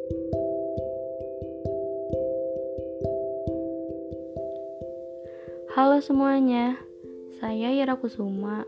Halo semuanya, saya Ira Kusuma.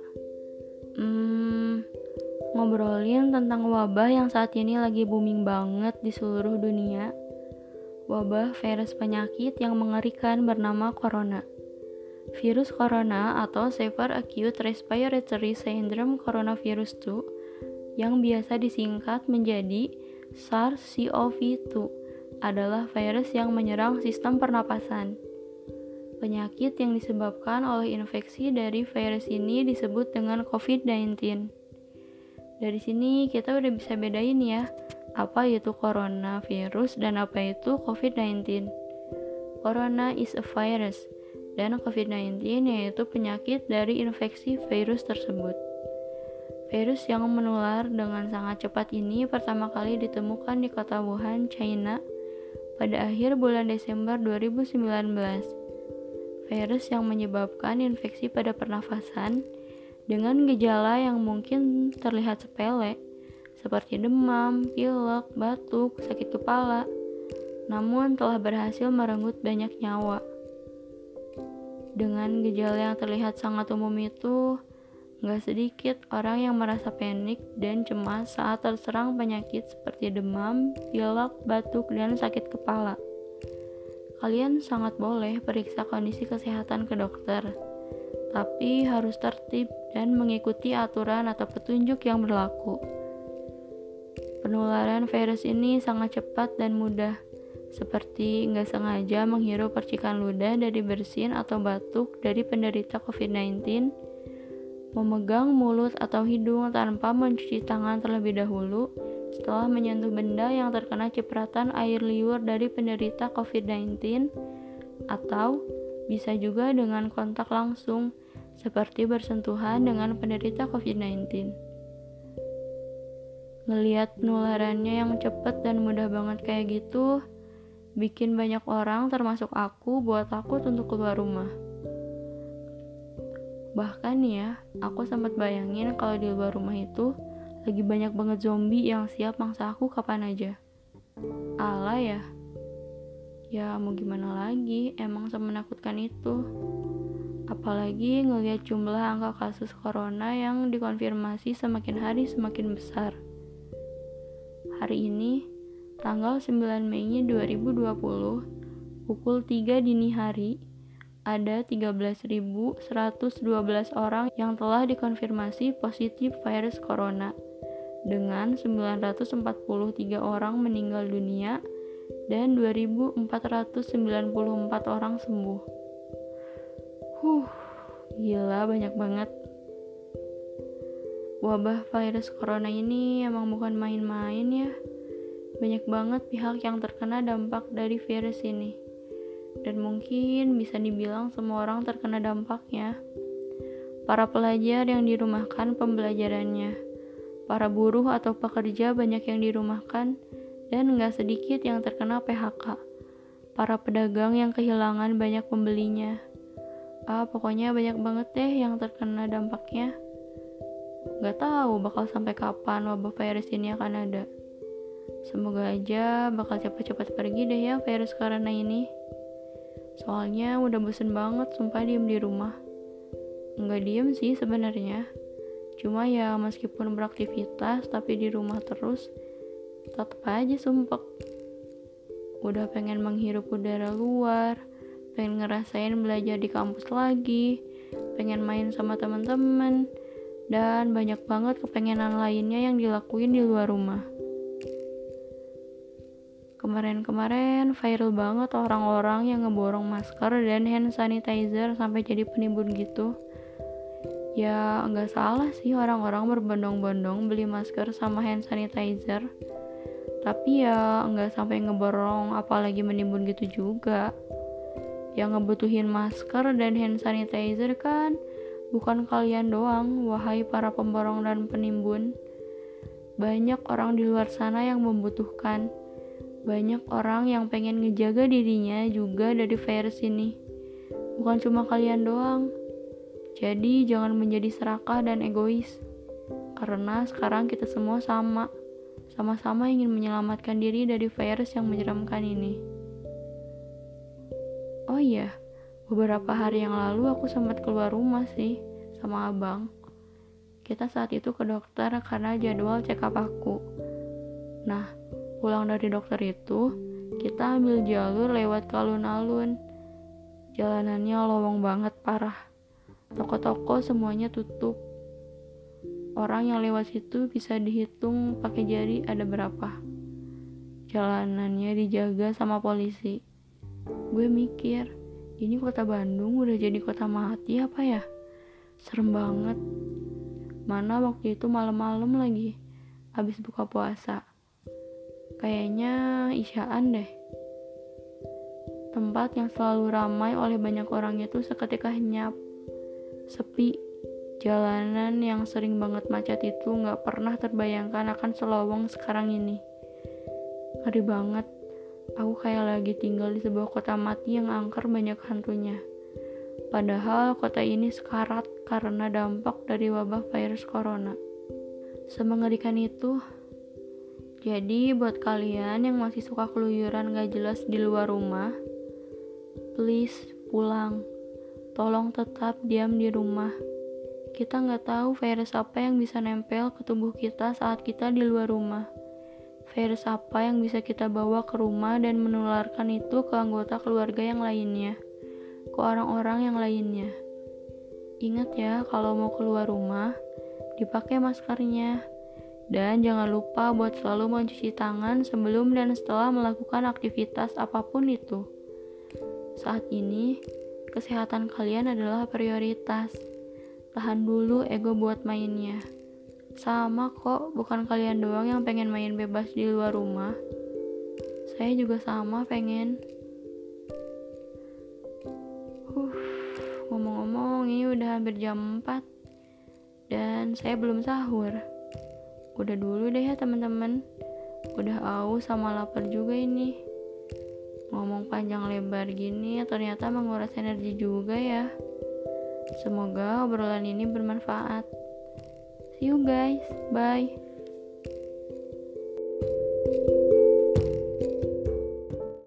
Ngobrolin tentang wabah yang saat ini lagi booming banget di seluruh dunia. Wabah virus penyakit yang mengerikan bernama Corona. Virus Corona atau Severe Acute Respiratory Syndrome Coronavirus 2 yang biasa disingkat menjadi SARS-CoV-2 adalah virus yang menyerang sistem pernapasan. Penyakit yang disebabkan oleh infeksi dari virus ini disebut dengan COVID-19. Dari sini kita udah bisa bedain ya, apa itu coronavirus dan apa itu COVID-19. Corona is a virus, dan COVID-19 yaitu penyakit dari infeksi virus tersebut. Virus yang menular dengan sangat cepat ini pertama kali ditemukan di kota Wuhan, China pada akhir bulan Desember 2019. Virus yang menyebabkan infeksi pada pernafasan dengan gejala yang mungkin terlihat sepele, seperti demam, pilek, batuk, sakit kepala, namun telah berhasil merenggut banyak nyawa. Dengan gejala yang terlihat sangat umum itu, gak sedikit orang yang merasa panik dan cemas saat terserang penyakit seperti demam, pilek, batuk, dan sakit kepala. Kalian sangat boleh periksa kondisi kesehatan ke dokter, tapi harus tertib dan mengikuti aturan atau petunjuk yang berlaku. Penularan virus ini sangat cepat dan mudah, seperti nggak sengaja menghirup percikan ludah dari bersin atau batuk dari penderita COVID-19, memegang mulut atau hidung tanpa mencuci tangan terlebih dahulu, setelah menyentuh benda yang terkena cipratan air liur dari penderita COVID-19, atau bisa juga dengan kontak langsung, seperti bersentuhan dengan penderita COVID-19. Ngelihat penularannya yang cepat dan mudah banget kayak gitu, bikin banyak orang termasuk aku buat takut untuk keluar rumah. Bahkan ya, aku sempat bayangin kalau di luar rumah itu lagi banyak banget zombie yang siap mangsa aku kapan aja. Alah ya. Ya mau gimana lagi, emang semenakutkan itu. Apalagi ngelihat jumlah angka kasus corona yang dikonfirmasi semakin hari semakin besar. Hari ini, tanggal 9 Mei 2020, pukul 3 dini hari, ada 13.112 orang yang telah dikonfirmasi positif virus corona, dengan 943 orang meninggal dunia dan 2.494 orang sembuh. Gila banyak banget. Wabah virus corona ini emang bukan main-main ya. Banyak banget pihak yang terkena dampak dari virus ini. Dan mungkin bisa dibilang semua orang terkena dampaknya. Para pelajar yang dirumahkan pembelajarannya, para buruh atau pekerja banyak yang dirumahkan, dan gak sedikit yang terkena PHK. Para pedagang yang kehilangan banyak pembelinya. Pokoknya banyak banget deh yang terkena dampaknya. Gak tahu bakal sampai kapan wabah virus ini akan ada. Semoga aja bakal cepat-cepat pergi deh ya virus corona ini. Soalnya udah bosen banget sumpah diem di rumah. Nggak diem sih sebenarnya. Cuma ya meskipun beraktivitas tapi di rumah terus, tetap aja sumpek. Udah pengen menghirup udara luar, pengen ngerasain belajar di kampus lagi, pengen main sama teman-teman, dan banyak banget kepengenan lainnya yang dilakuin di luar rumah. Kemarin-kemarin viral banget orang-orang yang ngeborong masker dan hand sanitizer sampai jadi penimbun gitu. Ya nggak salah sih orang-orang berbondong-bondong beli masker sama hand sanitizer. Tapi ya nggak sampai ngeborong apalagi menimbun gitu juga. Yang ngebutuhin masker dan hand sanitizer kan bukan kalian doang, wahai para pemborong dan penimbun. Banyak orang di luar sana yang membutuhkan. Banyak orang yang pengen ngejaga dirinya juga dari virus ini. Bukan cuma kalian doang. Jadi jangan menjadi serakah dan egois. Karena sekarang kita semua sama Sama-sama ingin menyelamatkan diri dari virus yang menyeramkan ini. Oh iya, beberapa hari yang lalu aku sempat keluar rumah sih sama abang. Kita saat itu ke dokter karena jadwal check up aku. Nah, pulang dari dokter itu, kita ambil jalur lewat ke alun-alun. Jalanannya lowong banget parah. Toko-toko semuanya tutup. Orang yang lewat situ bisa dihitung pakai jari ada berapa. Jalanannya dijaga sama polisi. Gue mikir, ini kota Bandung udah jadi kota mati apa ya? Serem banget. Mana waktu itu malam-malam lagi, abis buka puasa. Kayaknya isyaan deh. Tempat yang selalu ramai oleh banyak orang itu seketika henyap. Sepi. Jalanan yang sering banget macet itu gak pernah terbayangkan akan selowong sekarang ini. Ngeri banget. Aku kayak lagi tinggal di sebuah kota mati yang angker banyak hantunya. Padahal kota ini sekarat karena dampak dari wabah virus corona. Semengerikan itu. Jadi buat kalian yang masih suka keluyuran gak jelas di luar rumah, please pulang. Tolong tetap diam di rumah. Kita gak tahu virus apa yang bisa nempel ke tubuh kita saat kita di luar rumah. Virus apa yang bisa kita bawa ke rumah dan menularkan itu ke anggota keluarga yang lainnya, ke orang-orang yang lainnya. Ingat ya, kalau mau keluar rumah, dipakai maskernya. Dan jangan lupa buat selalu mencuci tangan sebelum dan setelah melakukan aktivitas apapun itu. Saat ini, kesehatan kalian adalah prioritas. Tahan dulu ego buat mainnya. Sama kok, bukan kalian doang yang pengen main bebas di luar rumah. Saya juga sama pengen. Ngomong-ngomong, ini udah hampir jam 4 dan saya belum sahur. Udah dulu deh ya teman-teman. Udah aus sama lapar juga ini. Ngomong panjang lebar gini ternyata menguras energi juga ya. Semoga obrolan ini bermanfaat. See you guys, bye.